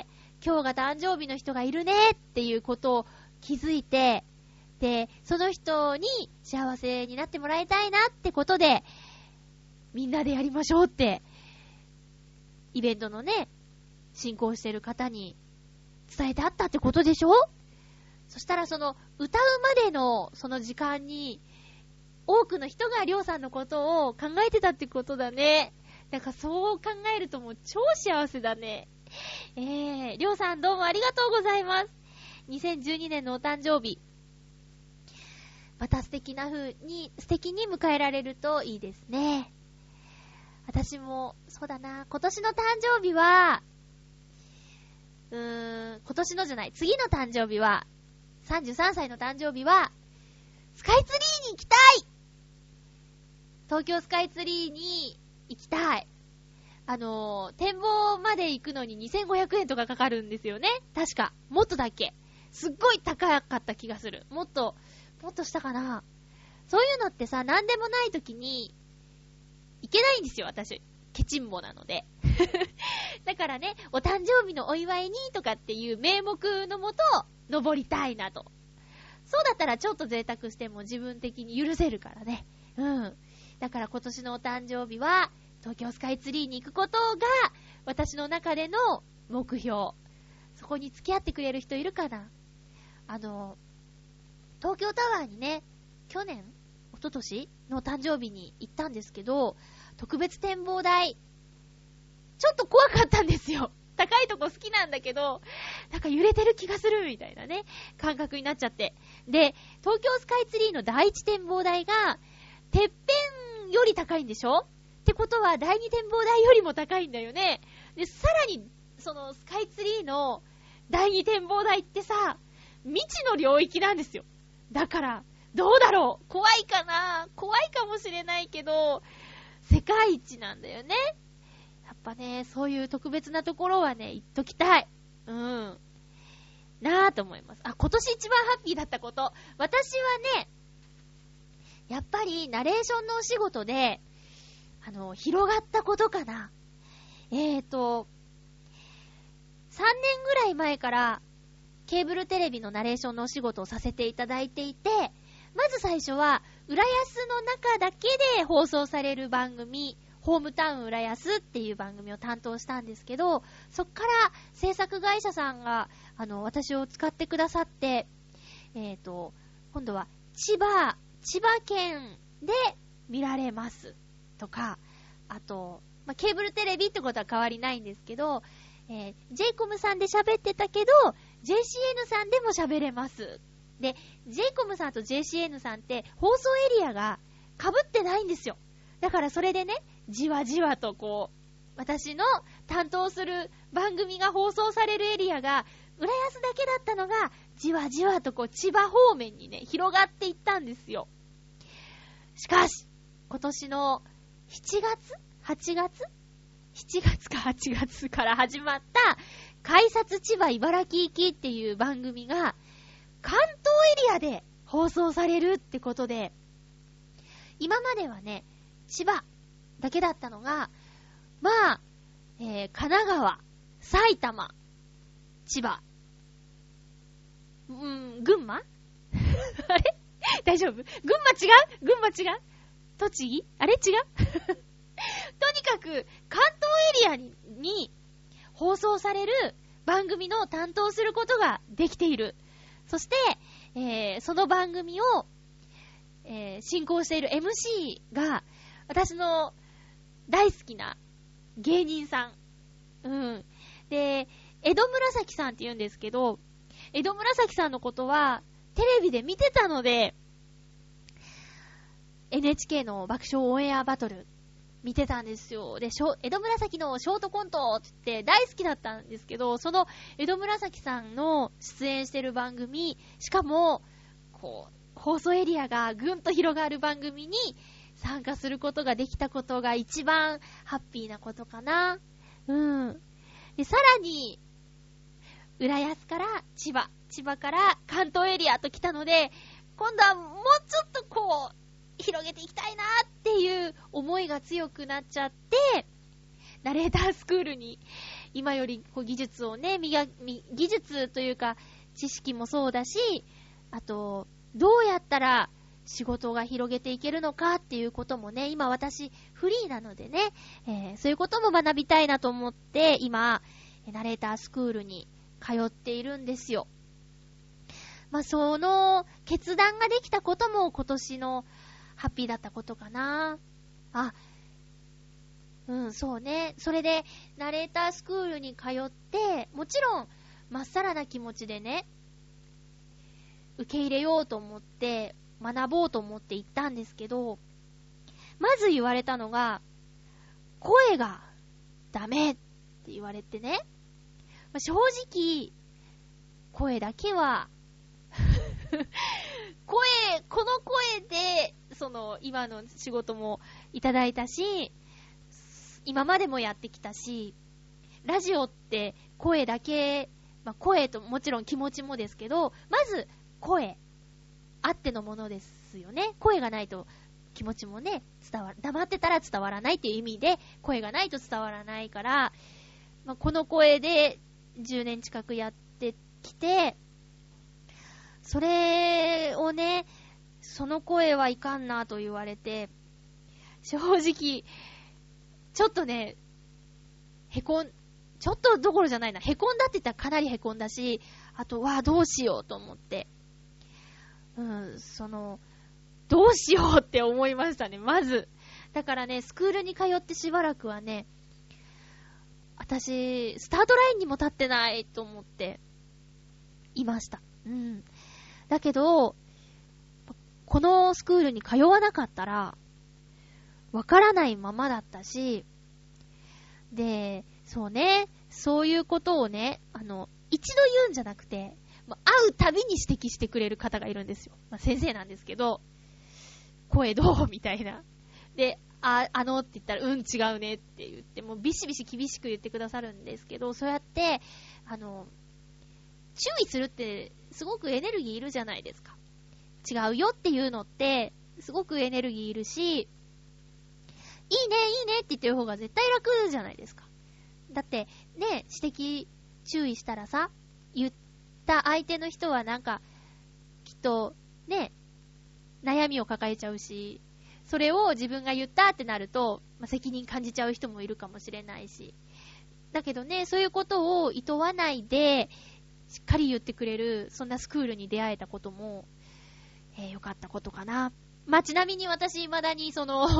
Speaker 1: 今日が誕生日の人がいるねっていうことを気づいて、で、その人に幸せになってもらいたいなってことで、みんなでやりましょうって、イベントのね、進行してる方に伝えてあったってことでしょ？そしたらその歌うまでのその時間に多くの人がりょうさんのことを考えてたってことだね。なんかそう考えるともう超幸せだね。えー、りょうさんどうもありがとうございます。にせんじゅうにねんのお誕生日、また素敵な風に、素敵に迎えられるといいですね。私も、そうだな、今年の誕生日は、うーん、今年のじゃない、次の誕生日は、さんじゅうさんさいの誕生日は、スカイツリーに行きたい！東京スカイツリーに行きたい。あのー、展望まで行くのににせんごひゃくえんとかかかるんですよね。確か。もっとだっけ。すっごい高かった気がする。もっと、もっとしたかな。そういうのってさ、なんでもない時に、行けないんですよ、私。ケチンボなので。だからね、お誕生日のお祝いにとかっていう名目のもと、登りたいなと。そうだったらちょっと贅沢しても自分的に許せるからね。うん。だから今年のお誕生日は、東京スカイツリーに行くことが、私の中での目標。そこに付き合ってくれる人いるかな？あの、東京タワーにね、去年、一昨年の誕生日に行ったんですけど、特別展望台、ちょっと怖かったんですよ。高いとこ好きなんだけど、なんか揺れてる気がするみたいなね、感覚になっちゃって。で、東京スカイツリーの第一展望台が、てっぺんより高いんでしょ？ってことは第二展望台よりも高いんだよね。で、さらに、そのスカイツリーの第二展望台ってさ、未知の領域なんですよ。だから、どうだろう？怖いかな？怖いかもしれないけど、世界一なんだよね。やっぱね、そういう特別なところはね、行っときたい。うん。なぁと思います。あ、今年一番ハッピーだったこと。私はね、やっぱりナレーションのお仕事で、あの、広がったことかな。えーと、さんねんぐらい前から、ケーブルテレビのナレーションのお仕事をさせていただいていて、まず最初は、浦安の中だけで放送される番組、 ホームタウン浦安っていう番組を担当したんですけど、そっから制作会社さんが、あの、私を使ってくださって、えっと、今度は千葉、千葉県で見られますとか、あと、まあ、ケーブルテレビってことは変わりないんですけど、えー、ジェイコム さんで喋ってたけど、ジェーシーエヌ さんでも喋れます。で、ジェイコム さんと ジェーシーエヌ さんって放送エリアが被ってないんですよ。だからそれでね、じわじわとこう、私の担当する番組が放送されるエリアが、浦安だけだったのが、じわじわとこう、千葉方面にね、広がっていったんですよ。しかし、今年のしちがつ ?はち 月 しちがつかはちがつから始まった、改札千葉茨城行きっていう番組が、関東エリアで放送されるってことで、今まではね、千葉だけだったのが、まあ、えー、神奈川、埼玉、千葉、うーん、群馬あれ大丈夫？群馬違う？群馬違う？栃木？あれ違うとにかく、関東エリアに、に放送される番組の担当することができている。そして、えー、その番組を、えー、進行している エムシー が、私の大好きな芸人さん。うん。で、江戸紫さんって言うんですけど、江戸紫さんのことは、テレビで見てたので、エヌエイチケー の爆笑オンエアバトル、見てたんですよ。で、江戸紫のショートコントって言って大好きだったんですけど、その江戸紫さんの出演してる番組、しかも、こう、放送エリアがぐんと広がる番組に参加することができたことが一番ハッピーなことかな。うん。で、さらに、浦安から千葉、千葉から関東エリアと来たので、今度はもうちょっとこう、広げていきたいなっていう思いが強くなっちゃって、ナレータースクールに今よりこう技術をね、磨技術というか知識もそうだし、あとどうやったら仕事が広げていけるのかっていうこともね、今私フリーなのでね、えー、そういうことも学びたいなと思って今ナレータースクールに通っているんですよ。まあ、その決断ができたことも今年のハッピーだったことかな。あ、うん、そうね。それで、ナレータースクールに通って、もちろん、まっさらな気持ちでね、受け入れようと思って、学ぼうと思って行ったんですけど、まず言われたのが、声がダメって言われてね。まあ、正直、声だけは、声、この声で、その、今の仕事もいただいたし、今までもやってきたし、ラジオって声だけ、まあ、声ともちろん気持ちもですけど、まず声、あってのものですよね。声がないと気持ちもね、伝わる。黙ってたら伝わらないっていう意味で、声がないと伝わらないから、まあ、この声でじゅうねん近くやってきて、それをね、その声はいかんなと言われて、正直、ちょっとね、へこん、ちょっとどころじゃないな、へこんだって言ったらかなりへこんだし、あとはどうしようと思って、うん、その、どうしようって思いましたね、まず。だからね、スクールに通ってしばらくはね、私、スタートラインにも立ってないと思って、いました。うん。だけど、このスクールに通わなかったら、わからないままだったし、で、そうね、そういうことをね、あの、一度言うんじゃなくて、ま、会うたびに指摘してくれる方がいるんですよ。まあ、先生なんですけど、声どうみたいな。で、あ、あのって言ったら、うん違うねって言って、もうビシビシ厳しく言ってくださるんですけど、そうやって、あの、注意するってすごくエネルギーいるじゃないですか。違うよっていうのってすごくエネルギーいるし、いいねいいねって言ってる方が絶対楽じゃないですか。だってね、指摘注意したらさ、言った相手の人はなんかきっとね、悩みを抱えちゃうし、 それを自分が言ったってなると、まあ、責任感じちゃう人もいるかもしれないし。だけどね、そういうことを厭わないで、しっかり言ってくれる、そんなスクールに出会えたことも、えー、よかったことかな。まあ、ちなみに私未だにその、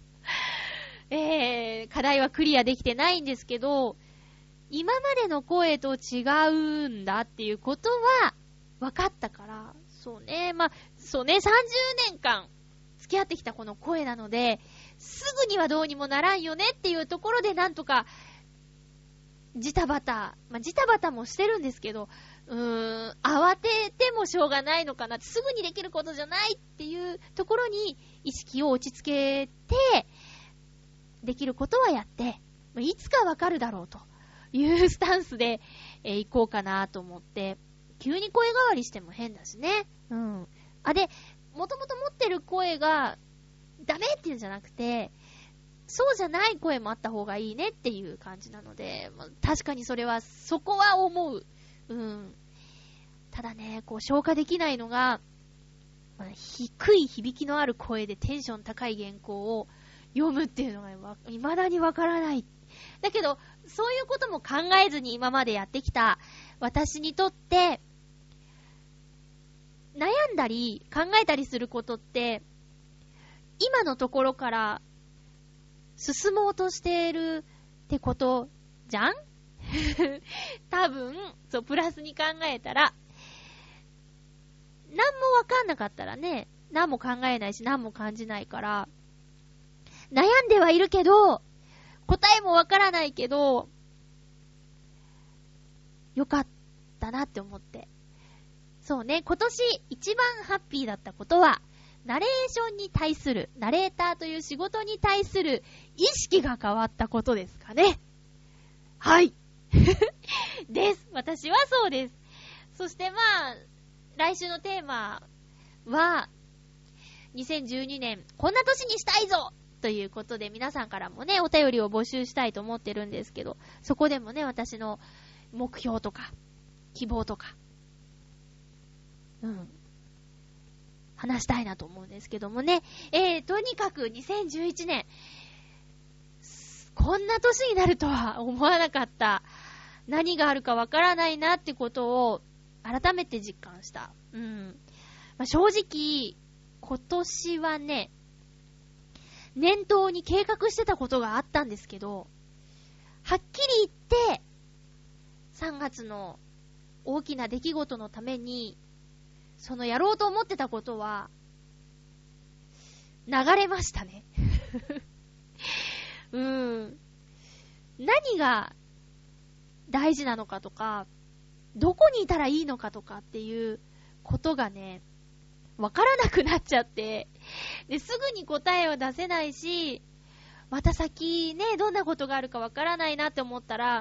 Speaker 1: えー、課題はクリアできてないんですけど、今までの声と違うんだっていうことは分かったから、そうね、まあ、そうね、さんじゅうねんかん付き合ってきたこの声なので、すぐにはどうにもならんよねっていうところでなんとか、ジタバタ、まあ、ジタバタもしてるんですけど、うーん、慌ててもしょうがないのかな、すぐにできることじゃないっていうところに意識を落ち着けて、できることはやって、いつかわかるだろうというスタンスで、えー、行こうかなと思って、急に声変わりしても変だしね。うん。あ、で、もともと持ってる声がダメっていうんじゃなくて、そうじゃない声もあった方がいいねっていう感じなので、まあ、確かにそれは、そこは思う。うん。ただね、こう消化できないのが、まあ、低い響きのある声でテンション高い原稿を読むっていうのが未だにわからない。だけど、そういうことも考えずに今までやってきた私にとって、悩んだり考えたりすることって、今のところから進もうとしているってことじゃん多分、そう、プラスに考えたら、何もわかんなかったらね、何も考えないし何も感じないから、悩んではいるけど、答えもわからないけど、よかったなって思って。そうね、今年一番ハッピーだったことは、ナレーションに対する、ナレーターという仕事に対する意識が変わったことですかね。はい。です。私はそうです。そしてまあ、来週のテーマは、にせんじゅうにねん、こんな年にしたいぞということで、皆さんからもね、お便りを募集したいと思ってるんですけど、そこでもね、私の目標とか、希望とか、うん、話したいなと思うんですけどもね。えー、とにかくにせんじゅういちねん、こんな年になるとは思わなかった。何があるかわからないなってことを改めて実感した。うん。まあ、正直、今年はね、念頭に計画してたことがあったんですけど、はっきり言って、さんがつの大きな出来事のために、そのやろうと思ってたことは、流れましたね。うーん。何が大事なのかとか、どこにいたらいいのかとかっていうことがね、わからなくなっちゃって、で、すぐに答えを出せないし、また先ね、どんなことがあるかわからないなって思ったら、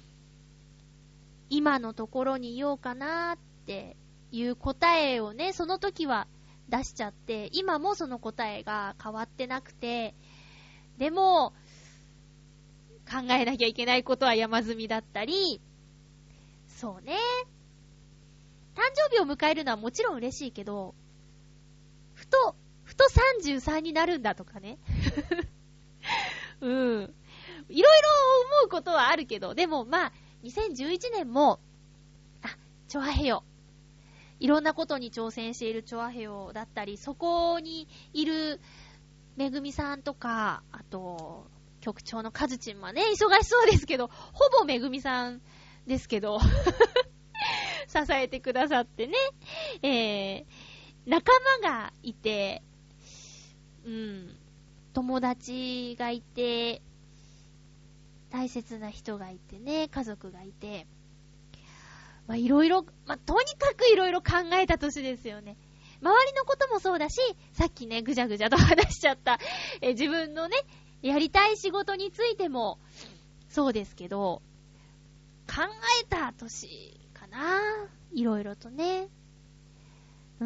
Speaker 1: 今のところにいようかなっていう答えをね、その時は出しちゃって、今もその答えが変わってなくて、でも、考えなきゃいけないことは山積みだったり、そうね、誕生日を迎えるのはもちろん嬉しいけど、ふと、ふとさんじゅうさんになるんだとかね。うん。いろいろ思うことはあるけど、でもまあ、にせんじゅういちねんも、あ、チョアヘヨ。いろんなことに挑戦しているチョアヘヨだったり、そこにいるめぐみさんとか、あと、局長のカズチンはね、忙しそうですけど、ほぼめぐみさんですけど、支えてくださってね、えー、仲間がいて、うん、友達がいて、大切な人がいてね、家族がいて、まあいろいろ、まあとにかくいろいろ考えた年ですよね。周りのこともそうだし、さっきね、ぐじゃぐじゃと話しちゃった、え自分のね、やりたい仕事についても、そうですけど、考えた年かな。いろいろとね。うん。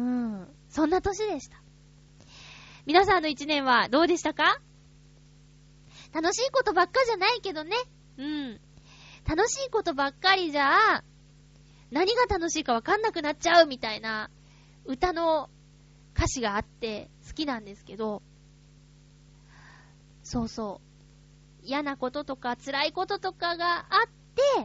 Speaker 1: そんな年でした。皆さんの一年はどうでしたか？楽しいことばっかじゃないけどね。うん。楽しいことばっかりじゃ、何が楽しいかわかんなくなっちゃうみたいな歌の歌詞があって好きなんですけど、 そうそう。嫌なこととか辛いこととかがあって、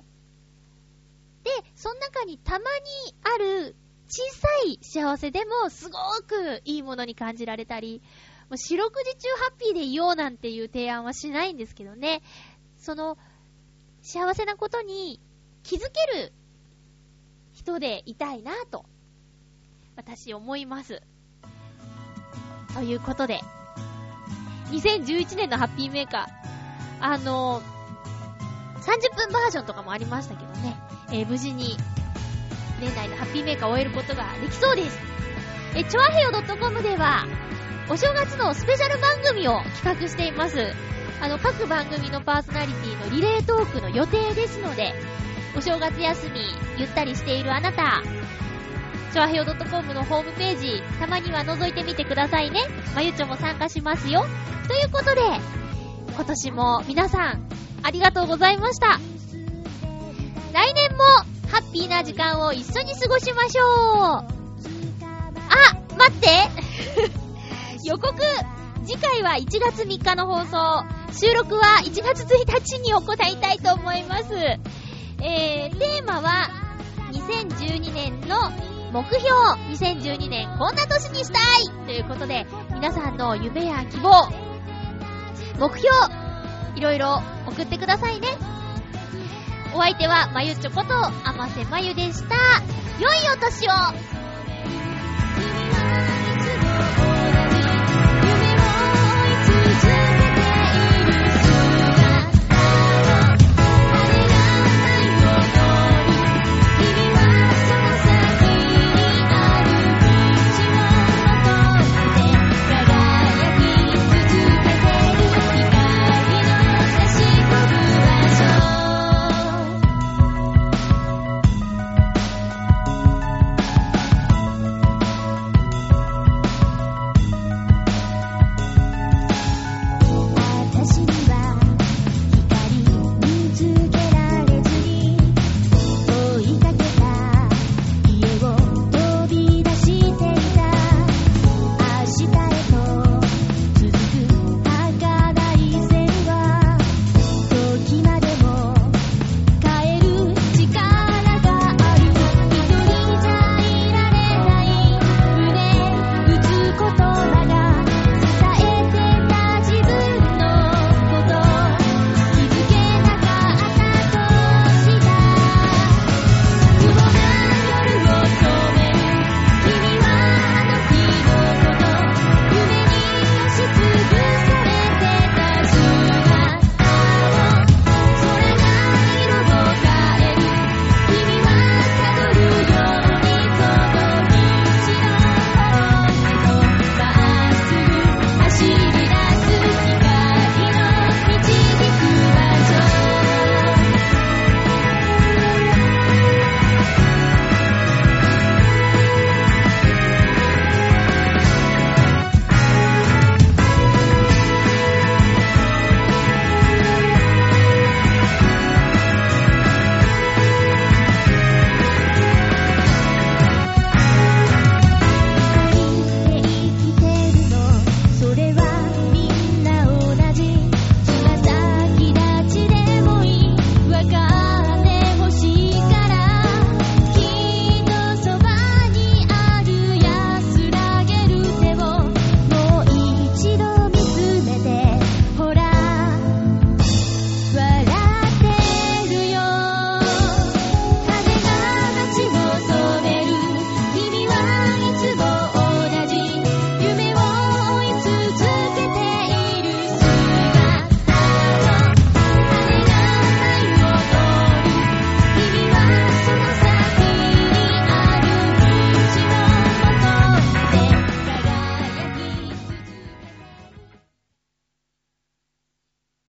Speaker 1: で、その中にたまにある小さい幸せでもすごくいいものに感じられたり、もう四六時中ハッピーでいようなんていう提案はしないんですけどね。その幸せなことに気づける人でいたいなと私思います。ということでにせんじゅういちねんのハッピーメーカー、あのー、さんじゅっぷんバージョンとかもありましたけどね、えー、無事に年内のハッピーメーカーを終えることができそうです。え、チョアヘヨ .com ではお正月のスペシャル番組を企画しています。あの各番組のパーソナリティのリレートークの予定ですので、お正月休みゆったりしているあなた、チョアヘヨ .com のホームページたまには覗いてみてくださいね。まゆちょも参加しますよ。ということで今年も皆さんありがとうございました。来年もハッピーな時間を一緒に過ごしましょう。あ、待って予告、次回はいちがつみっかの放送、収録はいちがつついたちに行いたいと思います。えー、テーマはにせんじゅうにねんの目標、にせんじゅうにねんこんな年にしたいということで、皆さんの夢や希望、目標いろいろ送ってくださいね。お相手はまゆちょことあませまゆでした。良いお年を。